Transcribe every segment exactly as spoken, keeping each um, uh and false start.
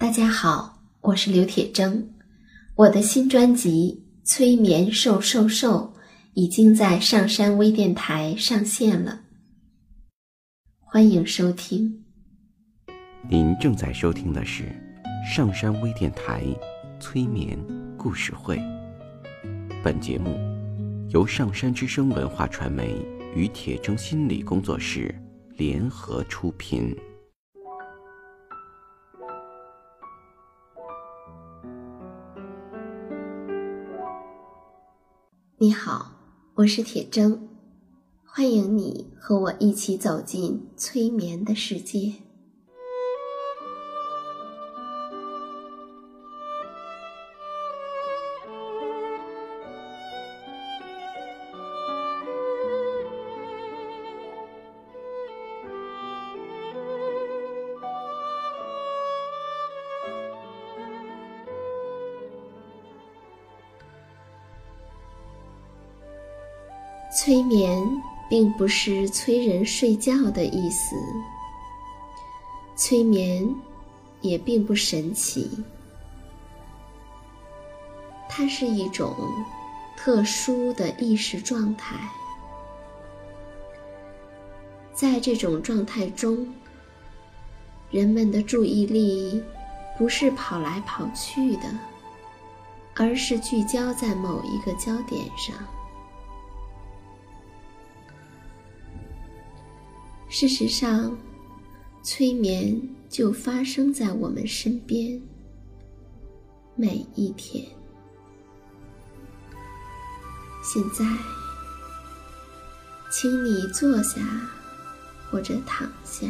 大家好，我是刘铁铮。我的新专辑《催眠瘦瘦瘦》已经在上山微电台上线了，欢迎收听。 您正在收听的是上山微电台催眠故事会。本节目由上山之声文化传媒与铁铮心理工作室联合出品。 你好，我是铁铮，欢迎你和我一起走进催眠的世界。催眠并不是催人睡觉的意思，催眠也并不神奇，它是一种特殊的意识状态。在这种状态中，人们的注意力不是跑来跑去的，而是聚焦在某一个焦点上。事实上，催眠就发生在我们身边，每一天。现在，请你坐下或者躺下，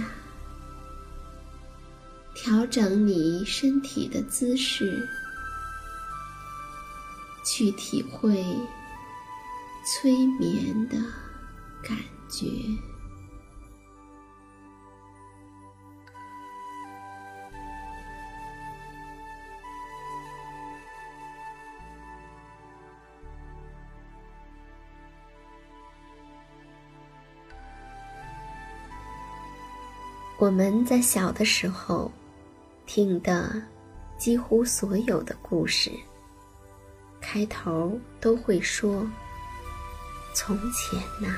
调整你身体的姿势，去体会催眠的感觉。我们在小的时候听的几乎所有的故事，开头都会说从前呐。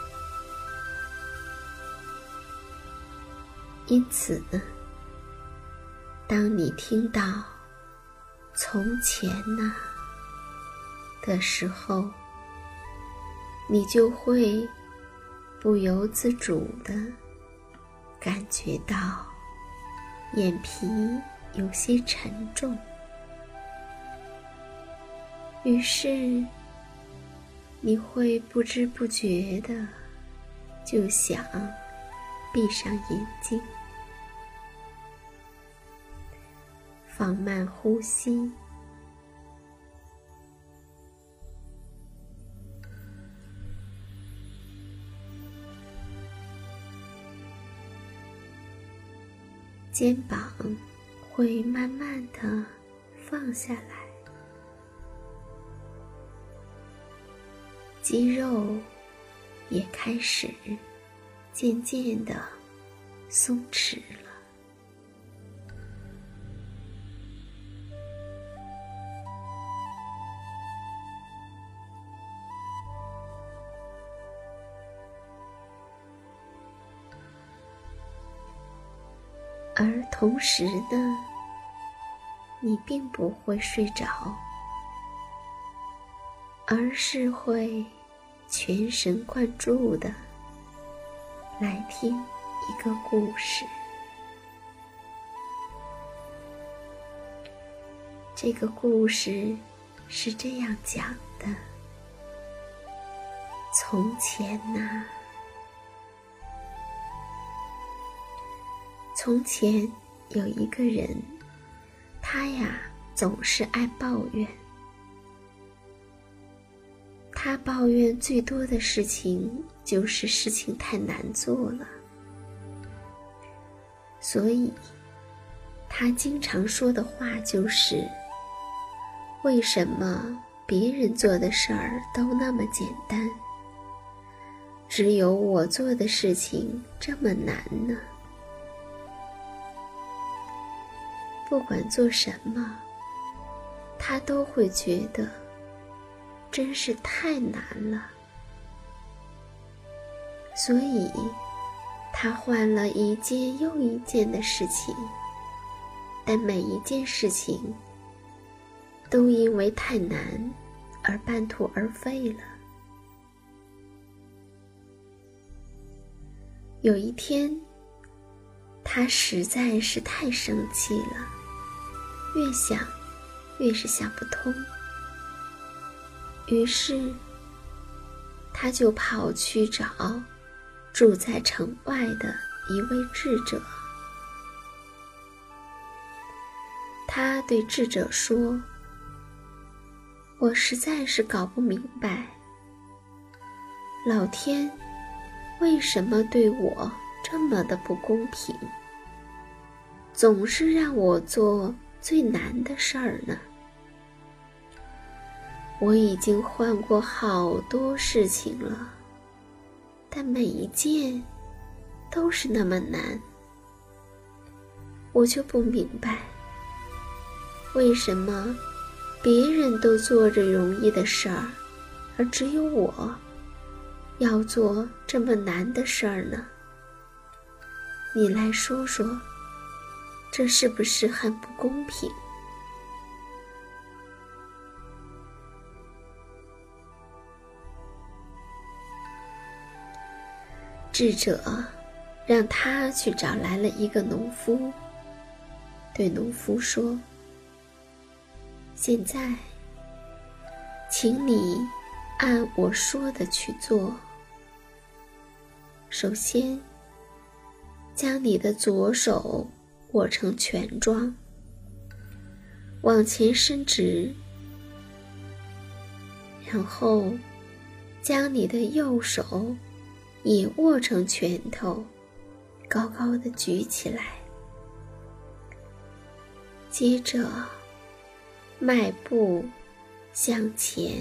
因此呢，当你听到从前呐的时候，你就会不由自主地感觉到眼皮有些沉重，于是你会不知不觉的就想闭上眼睛，放慢呼吸，肩膀会慢慢地放下来，肌肉也开始渐渐地松弛了。而同时呢，你并不会睡着，而是会全神贯注地来听一个故事。这个故事是这样讲的：从前呐，从前有一个人，他呀总是爱抱怨。他抱怨最多的事情就是事情太难做了，所以他经常说的话就是：为什么别人做的事儿都那么简单，只有我做的事情这么难呢？ 不管做什么，他都会觉得真是太难了。所以他换了一件又一件的事情，但每一件事情都因为太难而半途而废了。有一天，他实在是太生气了，越想越是想不通。于是他就跑去找住在城外的一位智者。他对智者说：我实在是搞不明白，老天为什么对我这么的不公平，总是让我做最难的事儿呢？我已经换过好多事情了，但每一件都是那么难。我就不明白，为什么别人都做着容易的事儿，而只有我要做这么难的事儿呢？你来说说，这是不是很不公平？智者让他去找来了一个农夫，对农夫说：现在请你按我说的去做。首先，将你的左手握成拳状，往前伸直，然后将你的右手也握成拳头，高高的举起来。接着迈步向前，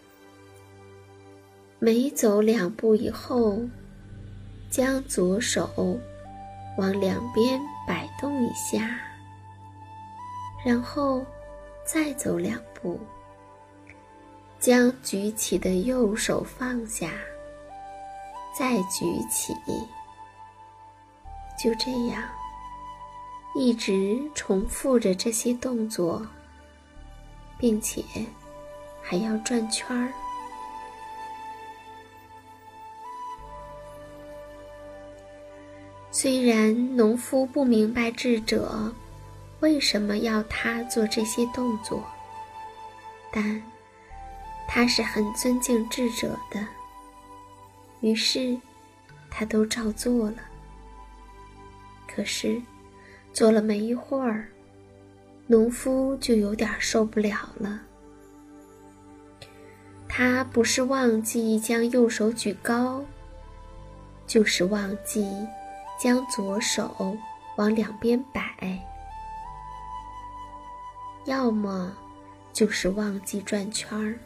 每走两步以后，将左手往两边摆动一下，然后再走两步，将举起的右手放下，再举起。就这样一直重复着这些动作，并且还要转圈儿。虽然农夫不明白智者为什么要他做这些动作，但他是很尊敬智者的，于是他都照做了。可是做了没一会儿，农夫就有点受不了了。他不是忘记将右手举高，就是忘记将左手往两边摆，要么就是忘记转圈儿。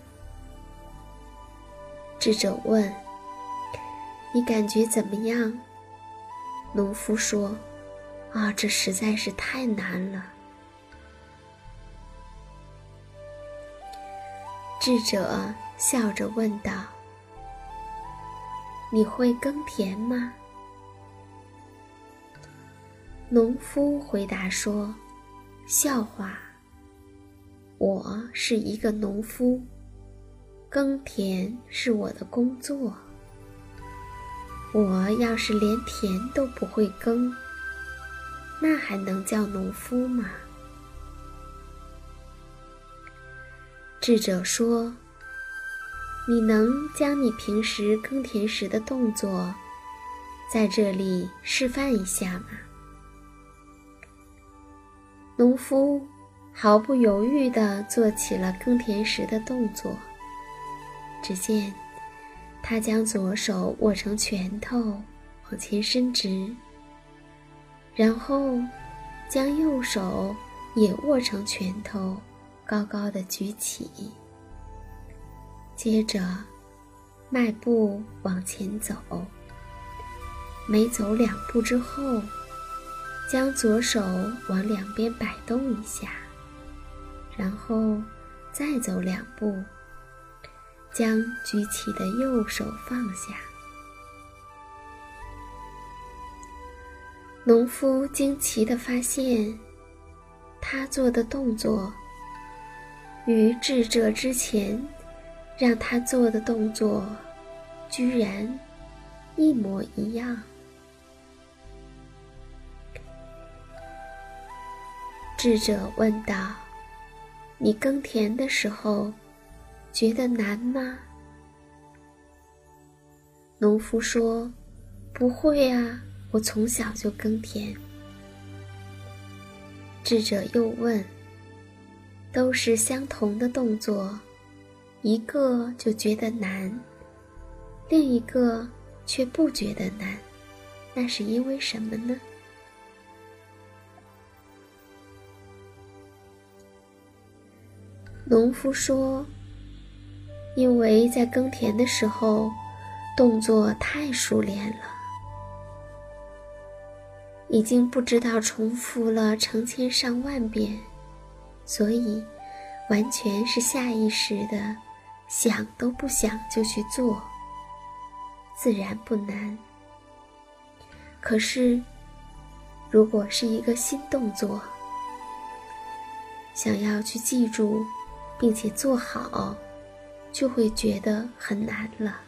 智者问：你感觉怎么样？农夫说：啊，这实在是太难了。智者笑着问道：你会耕田吗？农夫回答说：笑话，我是一个农夫，耕田是我的工作。我要是连田都不会耕，那还能叫农夫吗？智者说：你能将你平时耕田时的动作在这里示范一下吗？农夫毫不犹豫地做起了耕田时的动作。只见他将左手握成拳头，往前伸直，然后将右手也握成拳头，高高的举起。接着迈步往前走，每走两步之后， 将左手往两边摆动一下，然后再走两步，将举起的右手放下。农夫惊奇地发现，他做的动作与智者之前让他做的动作居然一模一样。智者问道：“你耕田的时候觉得难吗？”农夫说：“不会啊，我从小就耕田。”智者又问：“都是相同的动作，一个就觉得难，另一个却不觉得难，那是因为什么呢？”农夫说：“因为在耕田的时候，动作太熟练了，已经不知道重复了成千上万遍，所以完全是下意识的，想都不想就去做，自然不难。可是，如果是一个新动作，想要去记住并且做好，就会觉得很难了。”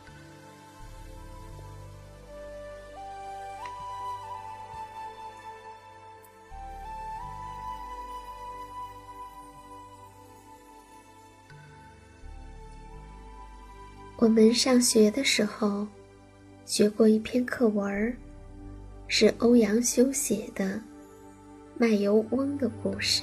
我们上学的时候学过一篇课文，是欧阳修写的《卖油翁的故事》。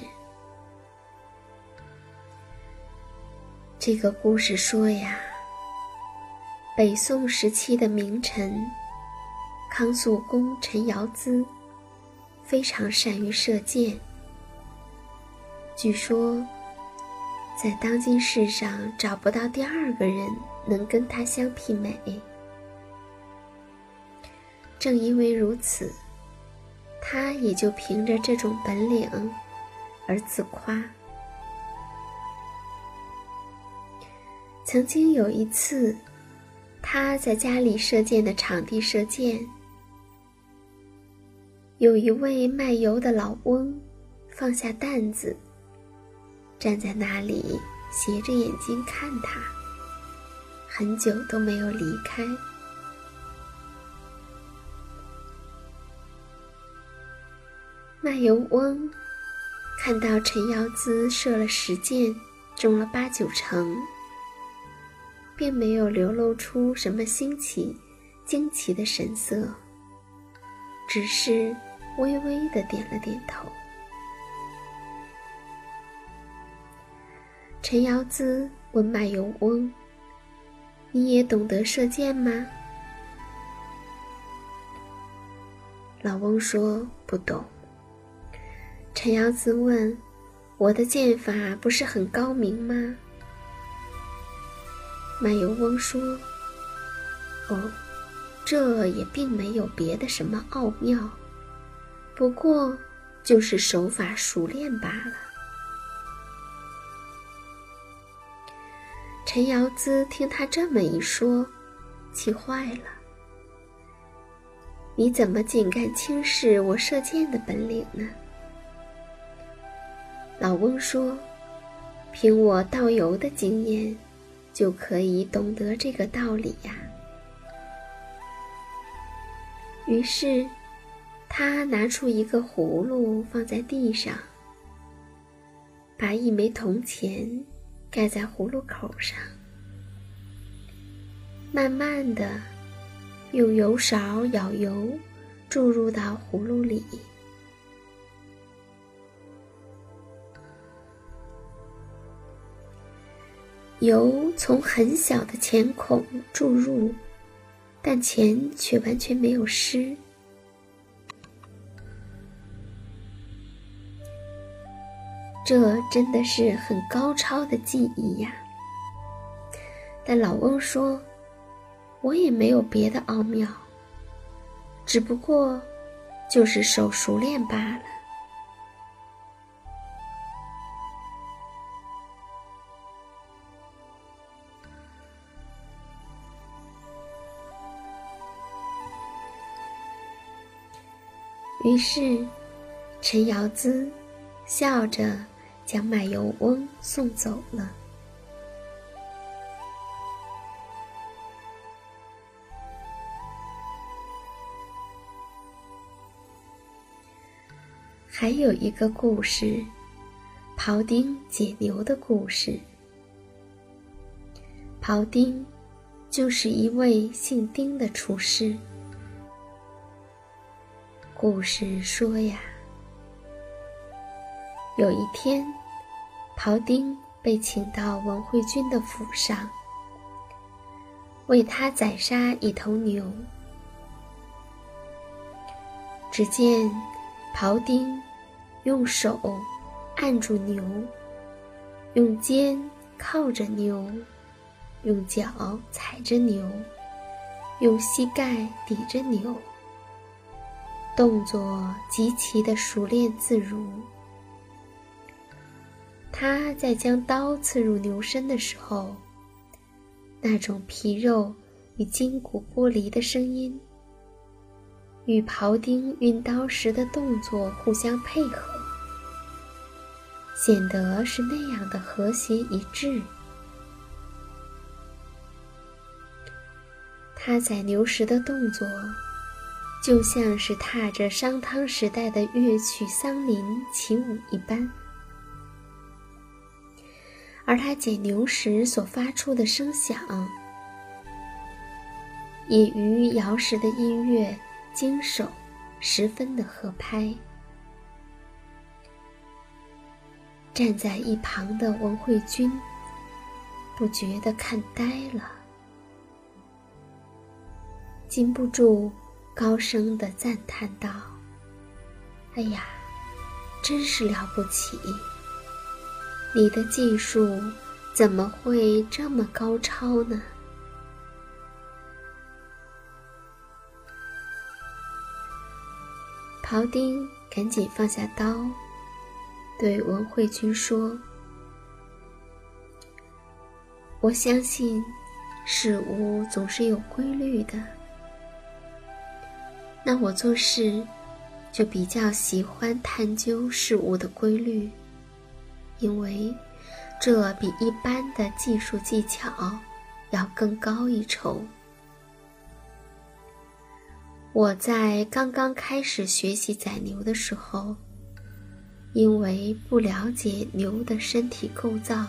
这个故事说呀，北宋时期的名臣康肃公陈尧咨非常善于射箭，据说在当今世上找不到第二个人能跟他相媲美。正因为如此，他也就凭着这种本领而自夸。曾经有一次，他在家里射箭的场地射箭，有一位卖油的老翁放下担子，站在那里斜着眼睛看他，很久都没有离开。卖油翁看到陈尧咨射了十箭，中了八九成，并没有流露出什么新奇、惊奇的神色，只是微微地点了点头。陈尧咨问卖油翁：“你也懂得射箭吗？”老翁说：“不懂。”陈尧咨问：“我的箭法不是很高明吗？”卖油翁说：“哦，这也并没有别的什么奥妙，不过就是手法熟练罢了。”陈尧咨听他这么一说，气坏了：“你怎么竟敢轻视我射箭的本领呢？”老翁说：“凭我导游的经验，就可以懂得这个道理呀。”于是他拿出一个葫芦放在地上，把一枚铜钱盖在葫芦口上，慢慢地用油勺舀油注入到葫芦里。油从很小的钱孔注入，但钱却完全没有湿。这真的是很高超的技艺呀。但老翁说：“我也没有别的奥妙，只不过就是手熟练罢了。于是陈尧咨笑着将卖油翁送走了。还有一个故事，庖丁解牛的故事。庖丁就是一位姓丁的厨师。故事说呀，有一天，庖丁被请到文惠君的府上，为他宰杀一头牛。只见庖丁用手按住牛，用肩靠着牛，用脚踩着牛，用膝盖抵着牛，动作极其的熟练自如。他在将刀刺入牛身的时候，那种皮肉与筋骨剥离的声音，与庖丁运刀时的动作互相配合，显得是那样的和谐一致。他宰牛时的动作，就像是踏着商汤时代的乐曲桑林起舞一般，而他解牛时所发出的声响，也与尧时的音乐经手十分的合拍。站在一旁的文惠君不觉地看呆了，禁不住高声地赞叹道：“哎呀，真是了不起！你的技术怎么会这么高超呢？”庖丁赶紧放下刀，对文惠君说：“我相信事物总是有规律的。那我做事就比较喜欢探究事物的规律，因为这比一般的技术技巧要更高一筹。我在刚刚开始学习宰牛的时候，因为不了解牛的身体构造，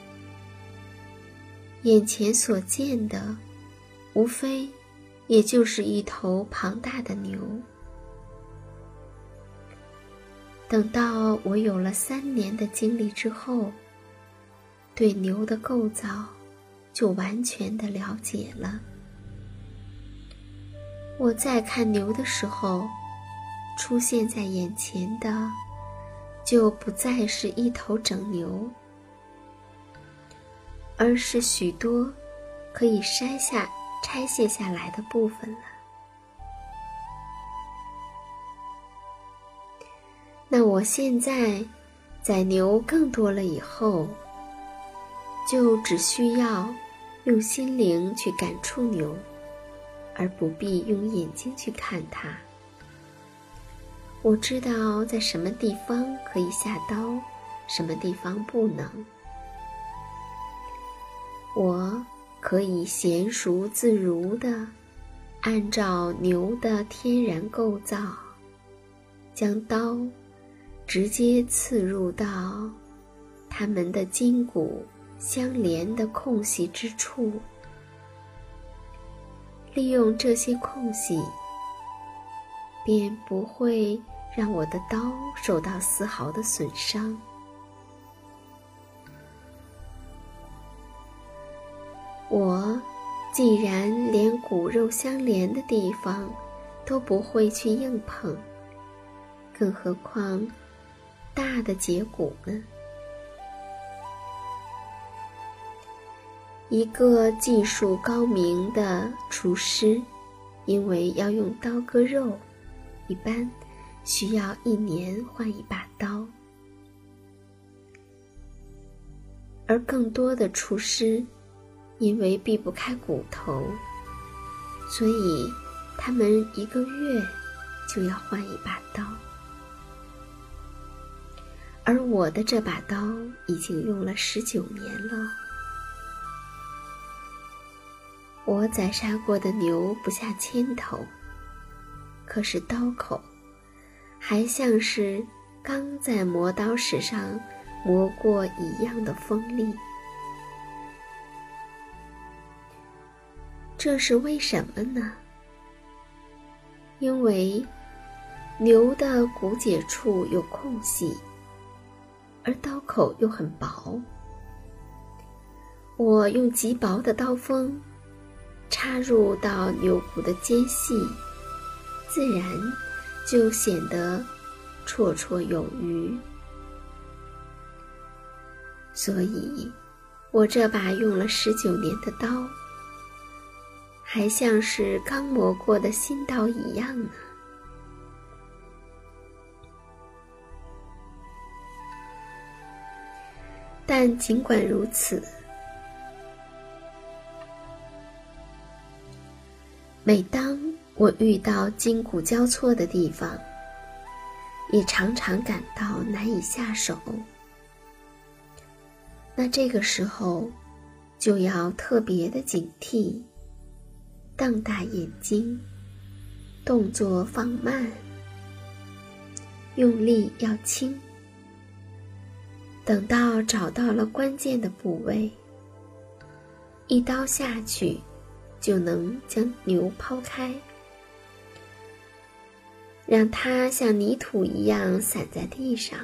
眼前所见的无非也就是一头庞大的牛。等到我有了三年的经历之后，对牛的构造就完全的了解了。我在看牛的时候，出现在眼前的就不再是一头整牛，而是许多可以筛下拆卸下来的部分了。那我现在宰牛更多了以后，就只需要用心灵去感触牛，而不必用眼睛去看它。我知道在什么地方可以下刀，什么地方不能。我可以娴熟自如地按照牛的天然构造，将刀直接刺入到它们的筋骨相连的空隙之处，利用这些空隙，便不会让我的刀受到丝毫的损伤。我既然连骨肉相连的地方都不会去硬碰，更何况大的节骨呢？一个技术高明的厨师，因为要用刀割肉，一般需要一年换一把刀，而更多的厨师因为避不开骨头，所以他们一个月就要换一把刀。而我的这把刀已经用了十九年了。我宰杀过的牛不下千头，可是刀口还像是刚在磨刀石上磨过一样的锋利。这是为什么呢？因为牛的骨节处有空隙，而刀口又很薄。我用极薄的刀锋插入到牛骨的间隙，自然就显得绰绰有余。所以我这把用了十九年的刀，还像是刚磨过的新刀一样呢。但尽管如此，每当我遇到筋骨交错的地方，也常常感到难以下手。那这个时候就要特别的警惕，瞪大眼睛，动作放慢，用力要轻。等到找到了关键的部位，一刀下去就能将牛抛开，让它像泥土一样散在地上。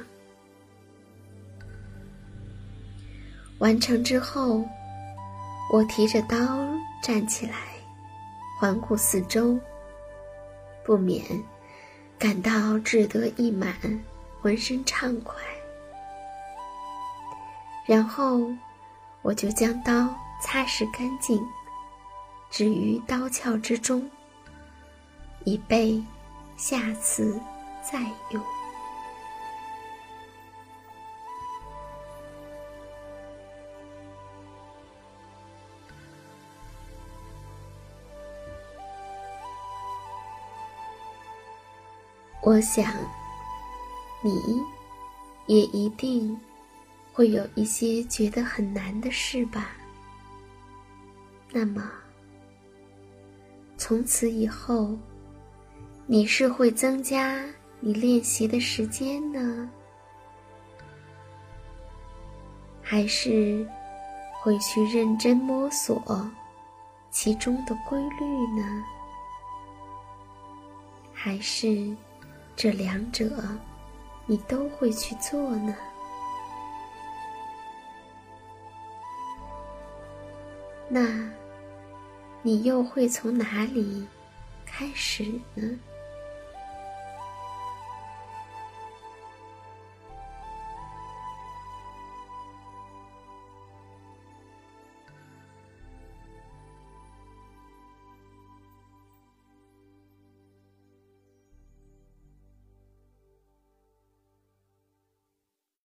完成之后，我提着刀站起来，环顾四周，不免感到志得意满，浑身畅快。然后我就将刀擦拭干净，置于刀鞘之中，以备下次再用。我想，你也一定会有一些觉得很难的事吧？那么，从此以后，你是会增加你练习的时间呢，还是会去认真摸索其中的规律呢？还是这两者你都会去做呢？那你又会从哪里开始呢？